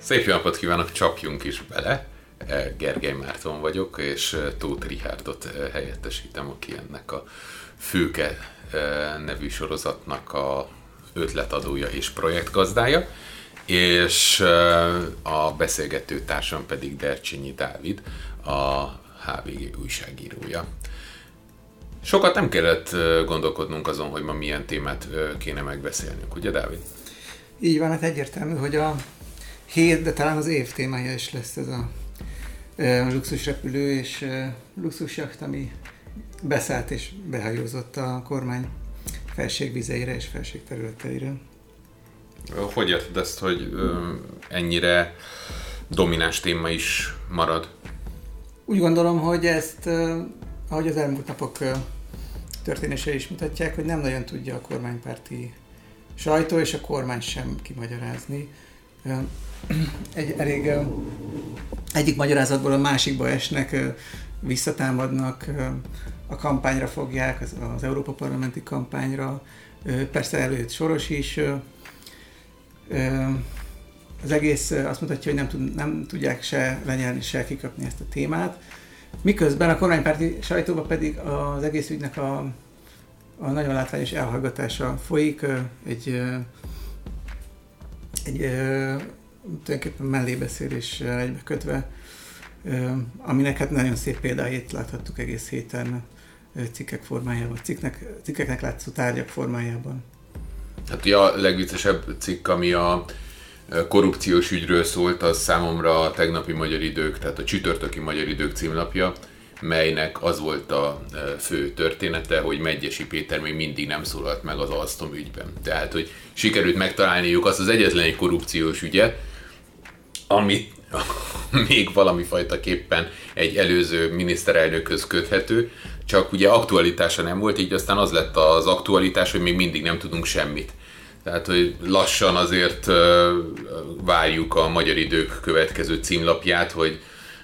Szép jó napot kívánok, csapjunk is bele. Gergely Márton vagyok, és Tóth Richárdot helyettesítem, aki ennek a Főke nevű sorozatnak a ötletadója és projektgazdája, és a beszélgető társam pedig Dercsényi Dávid, a HVG újságírója. Sokat nem kellett gondolkodnunk azon, hogy ma milyen témát kéne megbeszélnünk, ugye Dávid? Így van, hát egyértelmű, hogy a hét, de talán az év témája is lesz ez a luxusrepülő és luxusjacht, ami beszállt és behajózott a kormány felségvizeire és felségterületeire. Hogy érted ezt, hogy ennyire domináns téma is marad? Úgy gondolom, hogy ezt, ahogy az elmúlt napok történései is mutatják, hogy nem nagyon tudja a kormánypárti sajtó és a kormány sem kimagyarázni. Egyik magyarázatból a másikba esnek, visszatámadnak, a kampányra fogják, az Európa Parlamenti kampányra, persze előtt Soros is. Az egész azt mutatja, hogy nem tudják se lenyelni, se kiköpni ezt a témát. Miközben a kormánypárti sajtóban pedig az egész ügynek a nagyon látványos elhallgatása folyik, egy tulajdonképpen mellébeszéléssel egybekötve, aminek hát nagyon szép példáit láthattuk egész héten cikkek formájában, cikkeknek látszó tárgyak formájában. Hát a legviccesebb cikk, ami a korrupciós ügyről szólt, az számomra a tegnapi Magyar Idők, tehát a csütörtöki Magyar Idők címlapja, melynek az volt a fő története, hogy Medgyessy Péter még mindig nem szólalt meg az Alstom ügyben. Tehát, hogy sikerült megtalálniuk azt az egyetlen egy korrupciós ügyet, amit még valamifajtaképpen egy előző miniszterelnökhöz köthető, csak ugye aktualitása nem volt, így aztán az lett az aktualitás, hogy még mindig nem tudunk semmit. Tehát, hogy lassan azért várjuk a Magyar Idők következő címlapját, hogy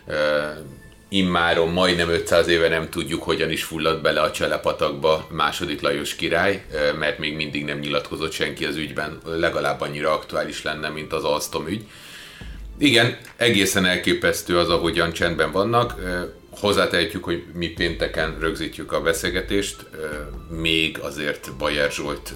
immáron majdnem 500 éve nem tudjuk, hogyan is fulladt bele a Cselepatakba II. Lajos király, mert még mindig nem nyilatkozott senki az ügyben, legalább annyira aktuális lenne, mint az Alstom ügy. Igen, egészen elképesztő az, ahogyan csendben vannak. Hozzátehetjük, hogy mi pénteken rögzítjük a beszélgetést, még azért Bajer Zsolt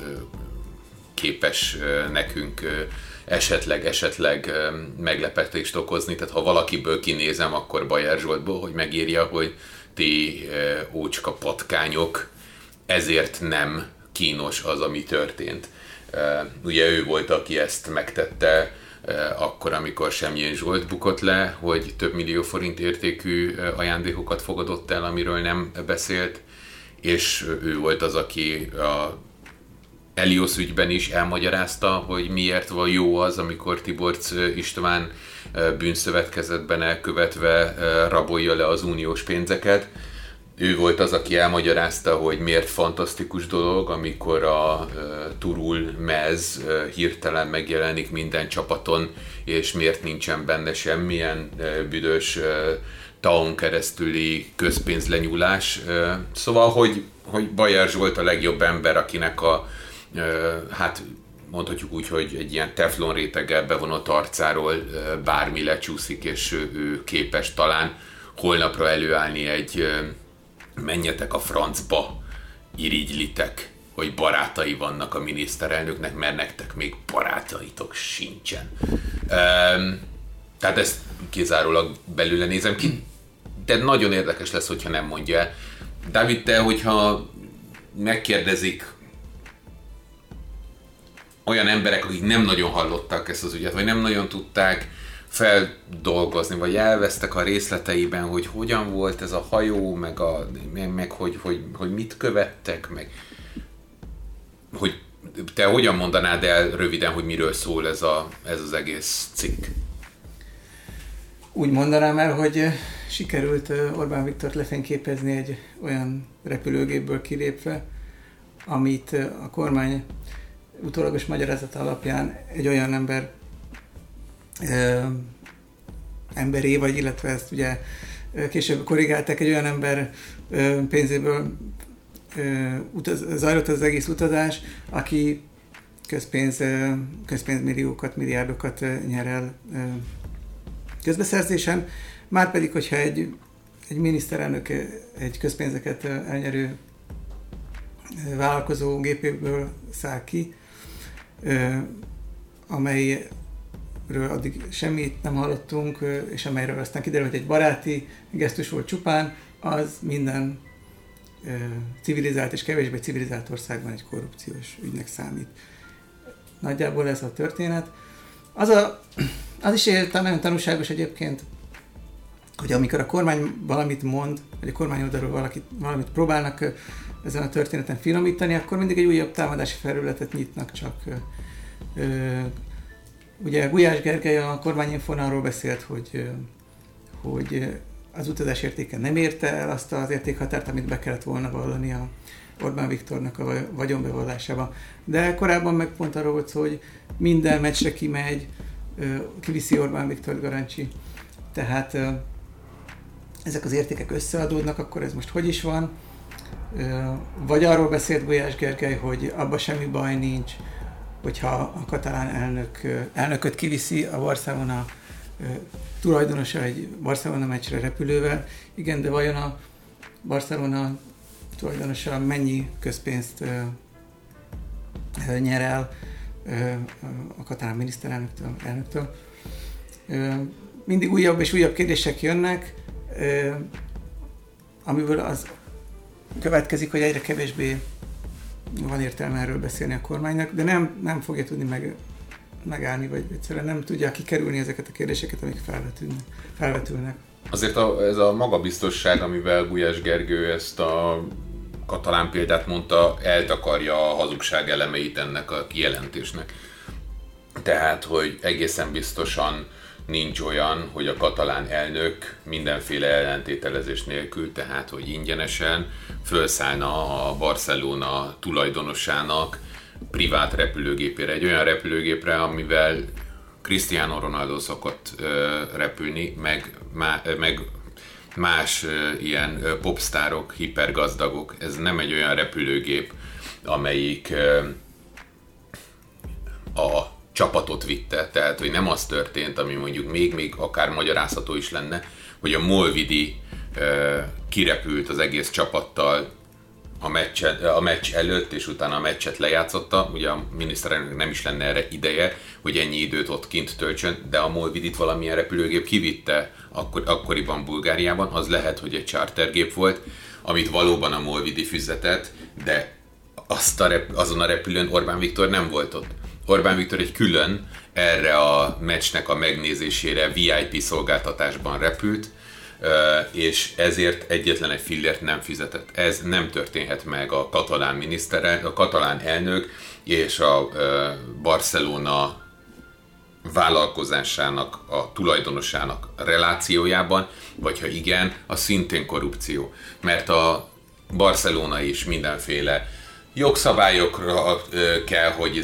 képes nekünk esetleg meglepetést okozni, tehát ha valakiből kinézem, akkor Bajer Zsoltból, hogy megírja, hogy ti ócska patkányok, ezért nem kínos az, ami történt. Ugye ő volt, aki ezt megtette akkor, amikor Semjén Zsolt bukott le, hogy több millió forint értékű ajándékokat fogadott el, amiről nem beszélt, és ő volt az, aki a Elios ügyben is elmagyarázta, hogy miért van jó az, amikor Tiborcs István bűnszövetkezetben elkövetve rabolja le az uniós pénzeket. Ő volt az, aki elmagyarázta, hogy miért fantasztikus dolog, amikor a Turul mez hirtelen megjelenik minden csapaton, és miért nincsen benne semmilyen büdös TAO-n keresztüli közpénzlenyúlás. Szóval, hogy Bajer Zsolt a legjobb ember, akinek hát mondhatjuk úgy, hogy egy ilyen teflon réteggel bevonott arcáról bármi lecsúszik, és ő képes talán holnapra előállni egy menjetek a francba, irigylitek, hogy barátai vannak a miniszterelnöknek, mert nektek még barátaitok sincsen. Tehát ezt kizárólag belőle nézem ki, de nagyon érdekes lesz, hogyha nem mondja el. Dávid, te, hogyha megkérdezik olyan emberek, akik nem nagyon hallották ezt az ügyet, vagy nem nagyon tudták feldolgozni, vagy elvesztek a részleteiben, hogy hogyan volt ez a hajó, meg hogy mit követtek, meg hogy te hogyan mondanád el röviden, hogy miről szól ez az egész cikk? Úgy mondanám el, hogy sikerült Orbán Viktort lefényképezni egy olyan repülőgépből kilépve, amit a kormány utólagos magyarázata alapján egy olyan emberé, vagy illetve ezt ugye később korrigálták, egy olyan ember pénzéből zajlott az egész utazás, aki közpénzmilliókat, milliárdokat nyer el közbeszerzésen, márpedig, hogyha egy miniszterelnök egy közpénzeket elnyerő vállalkozó gépéből száll ki, amelyről addig semmit nem hallottunk, és amelyről aztán kiderül, hogy egy baráti gesztus volt csupán, az minden civilizált és kevésbé civilizált országban egy korrupciós ügynek számít. Nagyjából ez a történet. Az is nagyon tanulságos egyébként, hogy amikor a kormány valamit mond, vagy a kormány oldalról valamit próbálnak ezen a történeten finomítani, akkor mindig egy újabb támadási felületet nyitnak csak. Ugye Gulyás Gergely a kormányinfón arról beszélt, hogy az utazás értéke nem érte el azt az értékhatárt, amit be kellett volna vallani a Orbán Viktornak a vagyonbevallásába. De korábban meg pont arról volt szó, hogy minden meccsre kimegy, kiviszi Orbán Viktor Garancsi. Tehát ezek az értékek összeadódnak, akkor ez most hogy is van? Vagy arról beszélt Gulyás Gergely, hogy abban semmi baj nincs, hogyha a katalán elnököt kiviszi a Barcelona tulajdonosa egy Barcelona meccsre repülővel. Igen, de vajon a Barcelona tulajdonosa mennyi közpénzt nyer el a katalán elnöktől? Mindig újabb és újabb kérdések jönnek, amiből az következik, hogy egyre kevésbé van értelme erről beszélni a kormánynak, de nem fogja tudni megállni, vagy egyszerűen nem tudja kikerülni ezeket a kérdéseket, amik felvetülnek. Azért ez a magabiztosság, amivel Gulyás Gergő ezt a katalán példát mondta, eltakarja a hazugság elemeit ennek a kijelentésnek. Tehát, hogy egészen biztosan nincs olyan, hogy a katalán elnök mindenféle ellentételezés nélkül, tehát hogy ingyenesen felszállna a Barcelona tulajdonosának privát repülőgépére, egy olyan repülőgépre, amivel Cristiano Ronaldo szokott repülni, meg más ilyen popstárok, hipergazdagok. Ez nem egy olyan repülőgép, amelyik a csapatot vitte, tehát hogy nem az történt, ami mondjuk még akár magyarázható is lenne, hogy a Molvidi kirepült az egész csapattal a meccs előtt, és utána a meccset lejátszotta. Ugye a miniszterelnök nem is lenne erre ideje, hogy ennyi időt ott kint töltsön, de a Molvidit valamilyen repülőgép kivitte akkoriban Bulgáriában. Az lehet, hogy egy chartergép volt, amit valóban a Molvidi fizetett, de azon a repülőn Orbán Viktor nem volt ott. Orbán Viktor egy külön erre a meccsnek a megnézésére VIP szolgáltatásban repült, és ezért egyetlen egy fillért nem fizetett. Ez nem történhet meg a katalán elnök és a Barcelona vállalkozásának, a tulajdonosának relációjában, vagy ha igen, az szintén korrupció. Mert a Barcelona is mindenféle jogszabályokra kell, hogy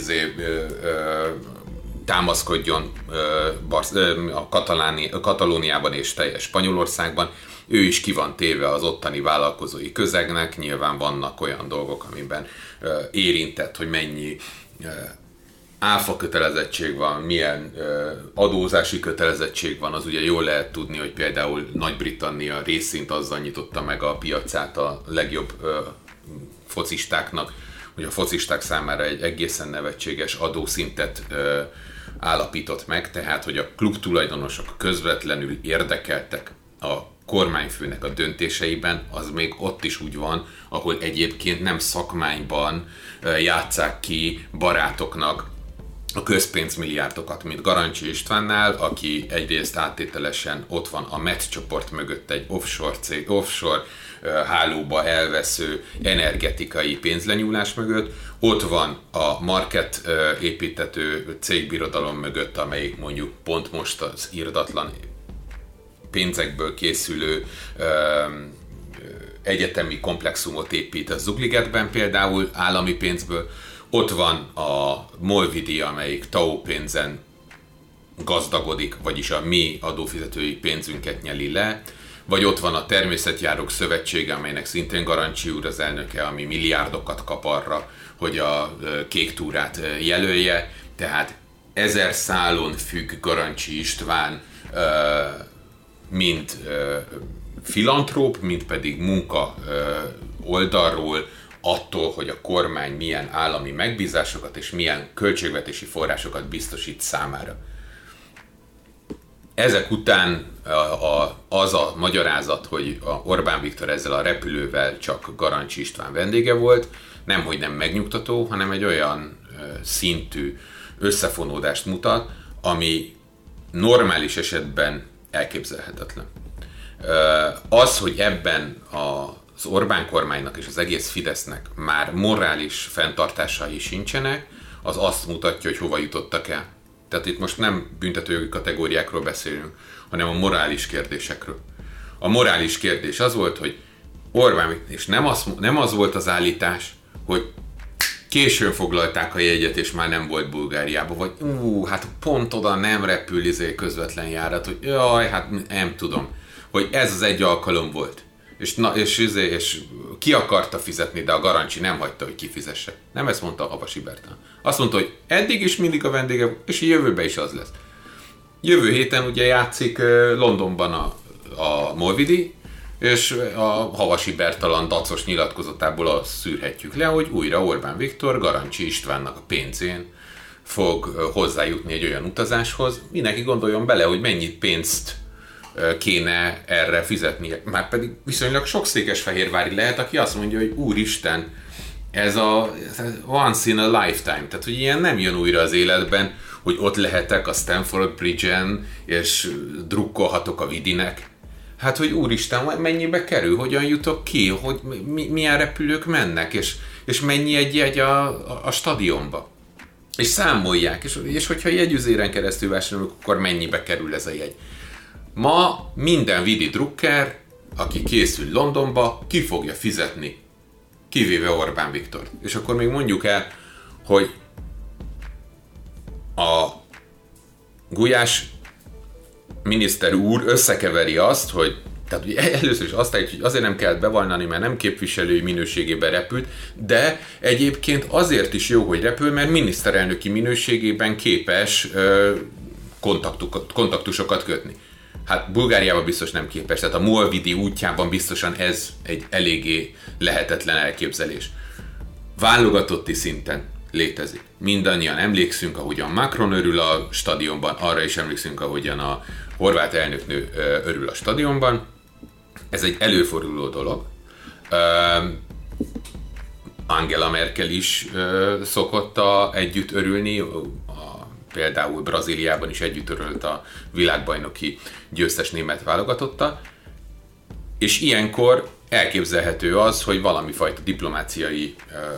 támaszkodjon a Katalóniában és teljes Spanyolországban. Ő is ki van téve az ottani vállalkozói közegnek, nyilván vannak olyan dolgok, amiben érintett, hogy mennyi áfa kötelezettség van, milyen adózási kötelezettség van, az ugye jól lehet tudni, hogy például Nagy-Britannia részint azzal nyitotta meg a piacát a legjobb focistáknak, hogy a focisták számára egy egészen nevetséges adószintet állapított meg, tehát hogy a klub tulajdonosok közvetlenül érdekeltek a kormányfőnek a döntéseiben, az még ott is úgy van, ahol egyébként nem szakmányban játsszák ki barátoknak a közpénzmilliárdokat, mint Garancsi Istvánnál, aki egyrészt áttételesen ott van a MET csoport mögött egy offshore hálóba elvesző energetikai pénzlenyúlás mögött, ott van a Market építető cégbirodalom mögött, amelyik mondjuk pont most az irdatlan pénzekből készülő egyetemi komplexumot épít a Zugligetben például állami pénzből, ott van a Molvidi, amelyik TAO pénzen gazdagodik, vagyis a mi adófizetői pénzünket nyeli le, vagy ott van a Természetjárók Szövetsége, amelynek szintén Garancsi úr az elnöke, ami milliárdokat kap arra, hogy a kék túrát jelölje. Tehát 1000 szálon függ Garancsi István, mind filantróp, mind pedig munka oldalról, attól, hogy a kormány milyen állami megbízásokat és milyen költségvetési forrásokat biztosít számára. Ezek után az a magyarázat, hogy Orbán Viktor ezzel a repülővel csak Garancsi István vendége volt, nemhogy nem megnyugtató, hanem egy olyan szintű összefonódást mutat, ami normális esetben elképzelhetetlen. Az, hogy ebben az Orbán kormánynak és az egész Fidesznek már morális fenntartásai sincsenek, az azt mutatja, hogy hova jutottak el. Tehát itt most nem büntetőjogi kategóriákról beszélünk, hanem a morális kérdésekről. A morális kérdés az volt, hogy Orbán, és nem az volt az állítás, hogy későn foglalták a jegyet, és már nem volt Bulgáriában, vagy hát pont oda nem repül közvetlen járat, hogy jaj, hát nem tudom, hogy ez az egy alkalom volt. És ki akarta fizetni, de a Garancsi nem hagyta, hogy kifizesse. Nem ezt mondta a Havasi Bertalan. Azt mondta, hogy eddig is mindig a vendége, és a jövőben is az lesz. Jövő héten ugye játszik Londonban a Molvidi, és a Havasi Bertalan dacos nyilatkozatából azt szűrhetjük le, hogy újra Orbán Viktor Garancsi Istvánnak a pénzén fog hozzájutni egy olyan utazáshoz. Mindenki gondoljon bele, hogy mennyi pénzt kéne erre fizetnie. Már pedig viszonylag sok székesfehérvári lehet, aki azt mondja, hogy úristen, ez a once in a lifetime, tehát hogy ilyen nem jön újra az életben, hogy ott lehetek a Stamford Bridge-en, és drukkolhatok a Vidinek. Hát, hogy úristen, mennyibe kerül, hogyan jutok ki, hogy milyen repülők mennek, és mennyi egy jegy a stadionba. És számolják, és hogyha jegyüzéren keresztül vásárolunk, akkor mennyibe kerül ez a jegy. Ma minden Vidi drukker, aki készül Londonba, ki fogja fizetni, kivéve Orbán Viktor. És akkor még mondjuk el, hogy a Gulyás miniszter úr összekeveri azt, hogy tehát ugye először is azt állítja, hogy azért nem kellett bevallani, mert nem képviselői minőségében repült, de egyébként azért is jó, hogy repül, mert miniszterelnöki minőségében képes kontaktusokat kötni. Hát Bulgáriában biztos nem képes, tehát a Molvidi útjában biztosan ez egy eléggé lehetetlen elképzelés. Válogatotti szinten létezik. Mindannyian emlékszünk, ahogyan Macron örül a stadionban, arra is emlékszünk, ahogyan a horvát elnöknő örül a stadionban. Ez egy előforduló dolog. Angela Merkel is szokott együtt örülni, például Brazíliában is együtt örült a világbajnoki győztes német válogatottal, és ilyenkor elképzelhető az, hogy valami fajta diplomáciai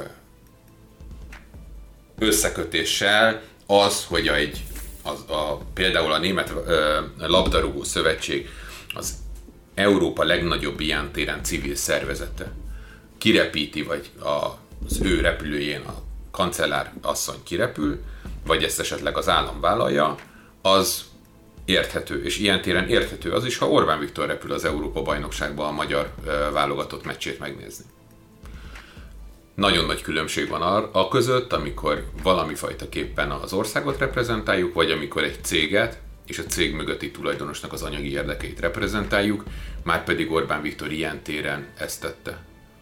összekötéssel az, hogy például a Német Labdarúgó Szövetség az Európa legnagyobb ilyen téren civil szervezete kirepíti, vagy az ő repülőjén a kancellár asszony kirepül, vagy ezt esetleg az állam vállalja, az érthető, és ilyen téren érthető az is, ha Orbán Viktor repül az Európa-bajnokságba a magyar válogatott meccsét megnézni. Nagyon nagy különbség van a között, amikor valami fajtaképpen az országot reprezentáljuk, vagy amikor egy céget és a cég mögötti tulajdonosnak az anyagi érdekeit reprezentáljuk, már pedig Orbán Viktor ilyen téren ezt tette.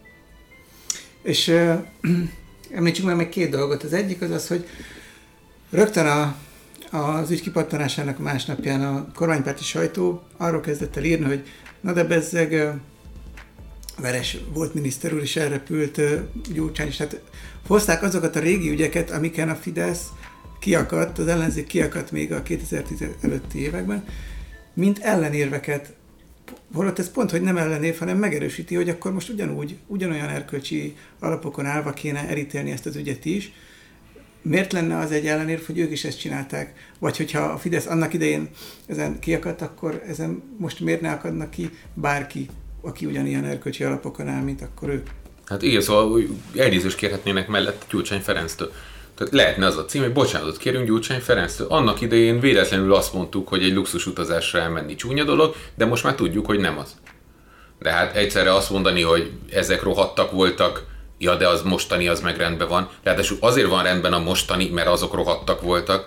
És említsük meg két dolgot. Az egyik az, hogy rögtön az ügy kipattanásának másnapján a kormánypárti sajtó arról kezdett el írni, hogy na de bezzeg Veres volt miniszter úr, és elrepült Gyurcsány is. Tehát hozták azokat a régi ügyeket, amiken a Fidesz kiakadt, az ellenzék kiakadt még a 2010 előtti években, mint ellenérveket. Holott ez pont, hogy nem ellenév, hanem megerősíti, hogy akkor most ugyanolyan erkölcsi alapokon állva kéne elítélni ezt az ügyet is. Miért lenne az egy ellenérv, hogy ők is ezt csinálták? Vagy hogyha a Fidesz annak idején ezen kiakadt, akkor ezen most miért ne akadnak ki bárki, aki ugyanilyen erkölcsi alapokon áll, mint akkor ők? Hát igen, szóval elnézést kérhetnének mellett Gyurcsány Ferenctől. Tehát lehetne az a cím, hogy bocsánatot kérünk Gyurcsány Ferenctől. Annak idején véletlenül azt mondtuk, hogy egy luxus utazásra elmenni csúnya dolog, de most már tudjuk, hogy nem az. De hát egyszerre azt mondani, hogy ezek rohadtak voltak, ja, de az mostani az meg rendben van. Ráadásul azért van rendben a mostani, mert azok rohadtak voltak.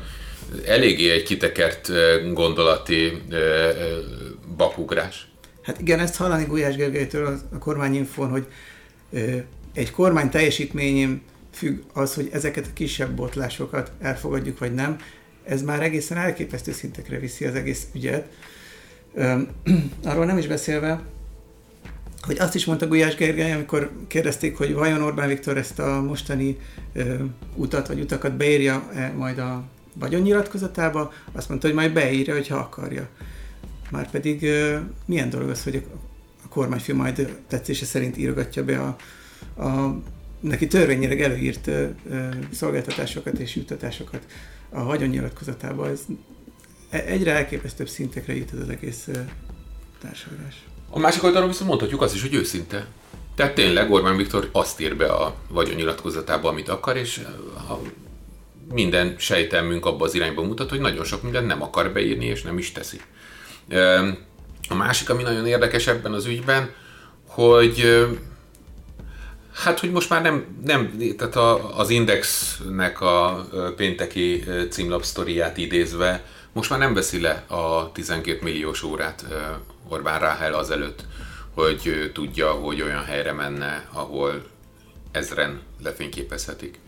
eléggé egy kitekert gondolati bakugrás. Hát igen, ezt hallani Gulyás Gergelytől a kormányinfón, hogy egy kormány teljesítményén függ az, hogy ezeket a kisebb botlásokat elfogadjuk vagy nem. Ez már egészen elképesztő szintekre viszi az egész ügyet. Arról nem is beszélve, hogy azt is mondta Gulyás Gergely, amikor kérdezték, hogy vajon Orbán Viktor ezt a mostani utat vagy utakat beírja majd a vagyonnyilatkozatába, azt mondta, hogy majd beírja, hogyha akarja. Márpedig milyen dolog az, hogy a kormányfő majd tetszése szerint írogatja be a neki törvényileg előírt szolgáltatásokat és juttatásokat a vagyonnyilatkozatába. Ez egyre elképesztőbb szintekre jut ez az egész társadalás. A másik oldalon viszont mondhatjuk azt is, hogy őszinte. Tehát tényleg Orbán Viktor azt ír be a vagyonnyilatkozatába, amit akar, és minden sejtelmünk abba az irányba mutat, hogy nagyon sok mindent nem akar beírni, és nem is teszi. A másik, ami nagyon érdekes ebben az ügyben, hogy hogy most már nem tehát az Indexnek a pénteki címlapsztoriát idézve, most már nem veszi le a 12 milliós órát Orbán Ráhel azelőtt, hogy tudja, hogy olyan helyre menne, ahol ezren lefényképezhetik.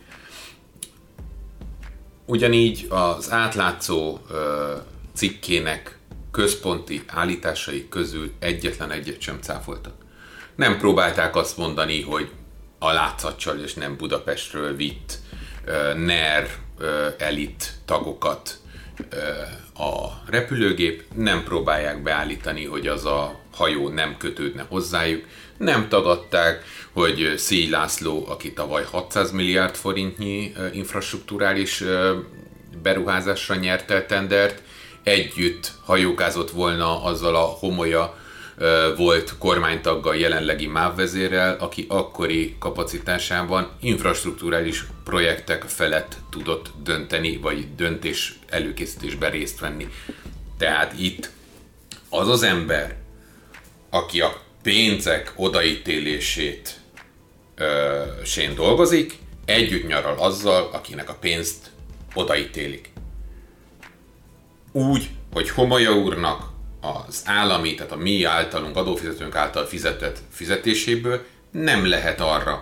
Ugyanígy az átlátszó cikkének központi állításai közül egyetlen egyet sem cáfoltak. Nem próbálták azt mondani, hogy a látszatcsal és nem Budapestről vitt NER elit tagokat a repülőgép, nem próbálják beállítani, hogy az a hajó nem kötődne hozzájuk, nem tagadták, hogy Szély László, aki tavaly 600 milliárd forintnyi infrastrukturális beruházásra nyerte el tendert, együtt hajókázott volna azzal a Homolya volt kormánytaggal, jelenlegi MÁV vezérrel, aki akkori kapacitásában infrastrukturális projektek felett tudott dönteni, vagy döntés előkészítésben részt venni. Tehát itt az az ember, aki a pénzek odaítélését sén dolgozik, együtt nyaral azzal, akinek a pénzt odaítélik. Úgy, hogy Homolya úrnak az állami, tehát a mi általunk, adófizetőnk által fizetett fizetéséből nem lehet arra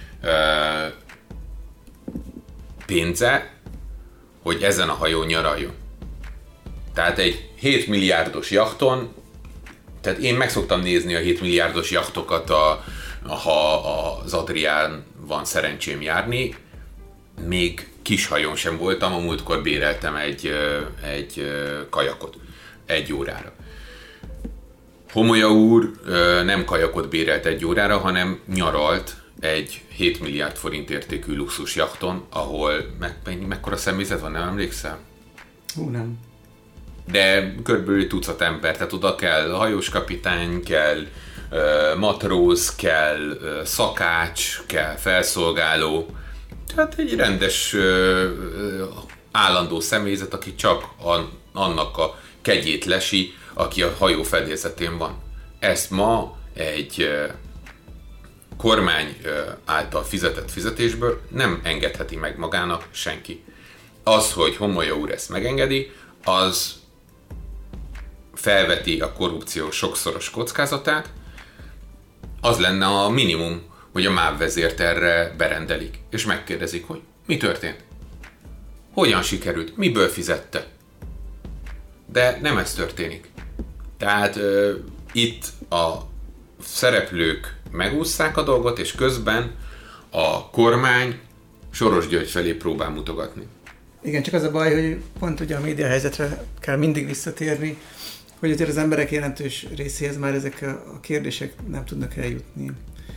pénze, hogy ezen a hajón nyaraljon. Tehát egy 7 milliárdos jachton, tehát én meg szoktam nézni a 7 milliárdos jachtokat, ha az Adrián van szerencsém járni, még kis hajón sem voltam, a múltkor béreltem egy kajakot 1 órára. Homolya úr nem kajakot bérelt 1 órára, hanem nyaralt egy 7 milliárd forint értékű luxus jachton, ahol mekkora személyzet van, nem emlékszel? Nem. De körülbelül tucat ember, tehát oda kell hajóskapitány, kell matróz, kell szakács, kell felszolgáló, tehát egy rendes állandó személyzet, aki csak annak a kegyét lesi, aki a hajó fedélzetén van. Ezt ma egy kormány által fizetett fizetésből nem engedheti meg magának senki. Az, hogy Homolya úr ezt megengedi, az felveti a korrupció sokszoros kockázatát, az lenne a minimum, hogy a MÁV vezért erre berendelik, és megkérdezik, hogy mi történt? Hogyan sikerült? Miből fizette? De nem ez történik. Tehát itt a szereplők megússzák a dolgot, és közben a kormány Soros György felé próbál mutogatni. Igen, csak az a baj, hogy pont ugye a média helyzetre kell mindig visszatérni, hogy azért az emberek jelentős részéhez már ezek a kérdések nem tudnak eljutni,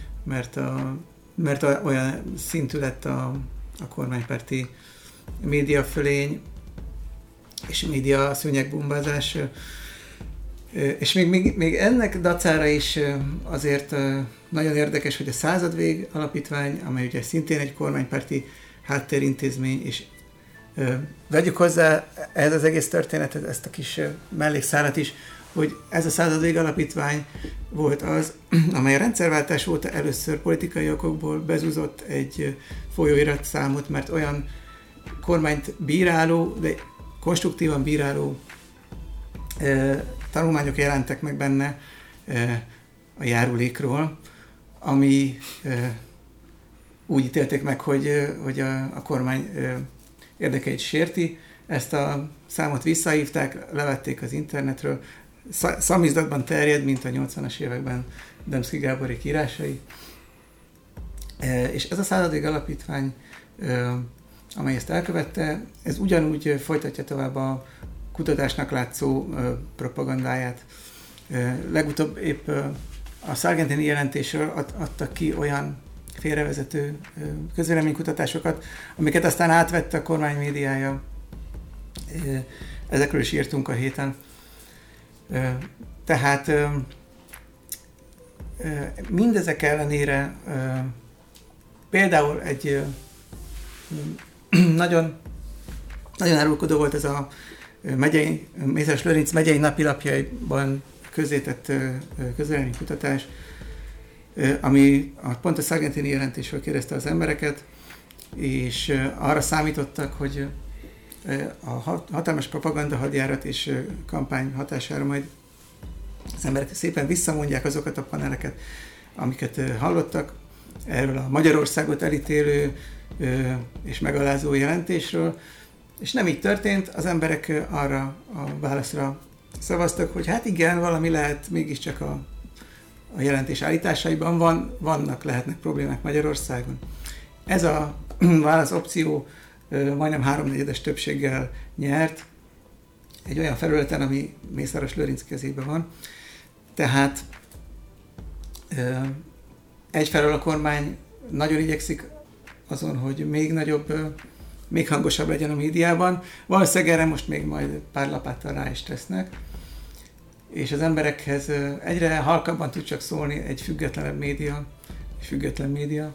mert olyan szintű lett a kormánypárti médiafölény és média szőnyegbombázás, és még ennek dacára is azért nagyon érdekes, hogy a Századvég Alapítvány, amely ugye szintén egy kormánypárti háttérintézmény, és vegyük hozzá ehhez az egész történetet, ezt a kis mellékszálat is, hogy ez a Századvég Alapítvány volt az, amely a rendszerváltás óta először politikai okokból bezúzott egy folyóiratszámot, mert olyan kormányt bíráló, de konstruktívan bíráló tanulmányok jelentek meg benne a járulékról, ami úgy ítélték meg, hogy a kormány érdekeit sérti. Ezt a számot visszahívták, levették az internetről. Szamizdatban terjed, mint a 80-as években Demszky Gáborék írásai. És ez a Századi Alapítvány, amely ezt elkövette, ez ugyanúgy folytatja tovább a kutatásnak látszó propagandáját. Legutóbb épp a Sargentini jelentésről adtak ki olyan félrevezető közvéleménykutatásokat, amiket aztán átvette a kormány médiája. Ezekről is írtunk a héten. Tehát mindezek ellenére például egy nagyon árulkodó volt ez a Mészáros Lőrinc megyei napilapjaiban közzétett közvéleménykutatás, ami pont a Sargentini jelentésről kérdezte az embereket, és arra számítottak, hogy a hatalmas propagandahadjárat és kampány hatására majd az emberek szépen visszamondják azokat a paneleket, amiket hallottak erről a Magyarországot elítélő és megalázó jelentésről, és nem így történt, az emberek arra a válaszra szavaztak, hogy hát igen, valami lehet mégiscsak a jelentés állításaiban lehetnek problémák Magyarországon. Ez a válaszopció majdnem 3/4 többséggel nyert egy olyan felületen, ami Mészáros Lőrinc kezében van. Tehát egyfelől a kormány nagyon igyekszik azon, hogy még nagyobb, még hangosabb legyen a médiában. Valószínűleg erre most még majd pár lapáttal rá is tesznek. És az emberekhez egyre halkabban tud csak szólni egy független média.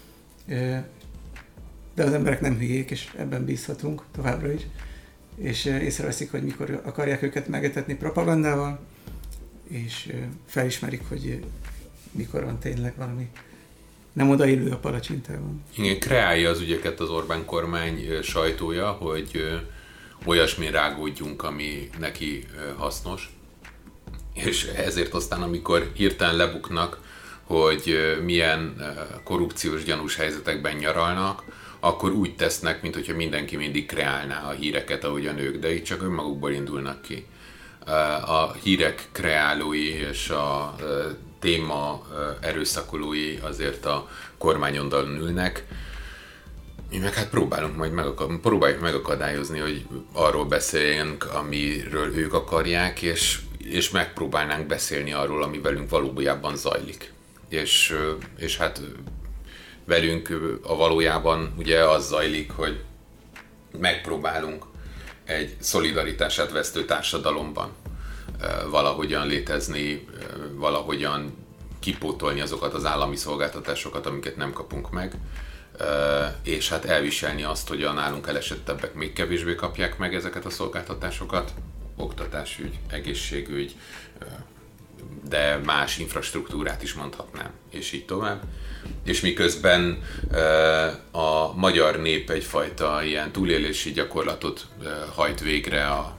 De az emberek nem hülyék, és ebben bízhatunk továbbra is. És észreveszik, hogy mikor akarják őket megetetni propagandával, és felismerik, hogy mikor van tényleg valami nem odaillő a palacsintában. Igen, kreálja az ügyeket az Orbán kormány sajtója, hogy olyasmi rágódjunk, ami neki hasznos. És ezért aztán, amikor hirtelen lebuknak, hogy milyen korrupciós gyanús helyzetekben nyaralnak, akkor úgy tesznek, mintha mindenki mindig kreálná a híreket, ahogy a nők, de itt csak önmagukból indulnak ki. A hírek kreálói és a téma erőszakolói azért a kormányoldalon ülnek. Mi meg hát próbáljuk megakadályozni, hogy arról beszéljenek, amiről ők akarják, és megpróbálnánk beszélni arról, ami velünk valójában zajlik. És hát velünk a valójában ugye az zajlik, hogy megpróbálunk egy szolidaritását vesztő társadalomban valahogyan létezni, valahogyan kipótolni azokat az állami szolgáltatásokat, amiket nem kapunk meg, és hát elviselni azt, hogy a nálunk elesettebbek még kevésbé kapják meg ezeket a szolgáltatásokat, oktatásügy, egészségügy, de más infrastruktúrát is mondhatnám, és így tovább. És miközben a magyar nép egyfajta ilyen túlélési gyakorlatot hajt végre a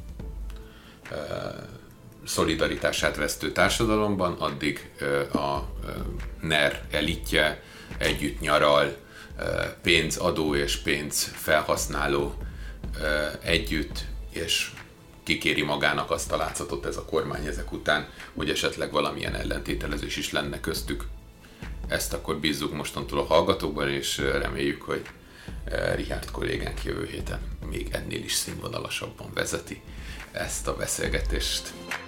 szolidaritását vesztő társadalomban, addig a NER elitje együtt nyaral, pénzadó és pénzfelhasználó együtt, és kikéri magának azt a látszatot ez a kormány ezek után, hogy esetleg valamilyen ellentételezés is lenne köztük. Ezt akkor bízzuk mostantól a hallgatókban, és reméljük, hogy Richárd kollégánk jövő héten még ennél is színvonalasabban vezeti ezt a beszélgetést.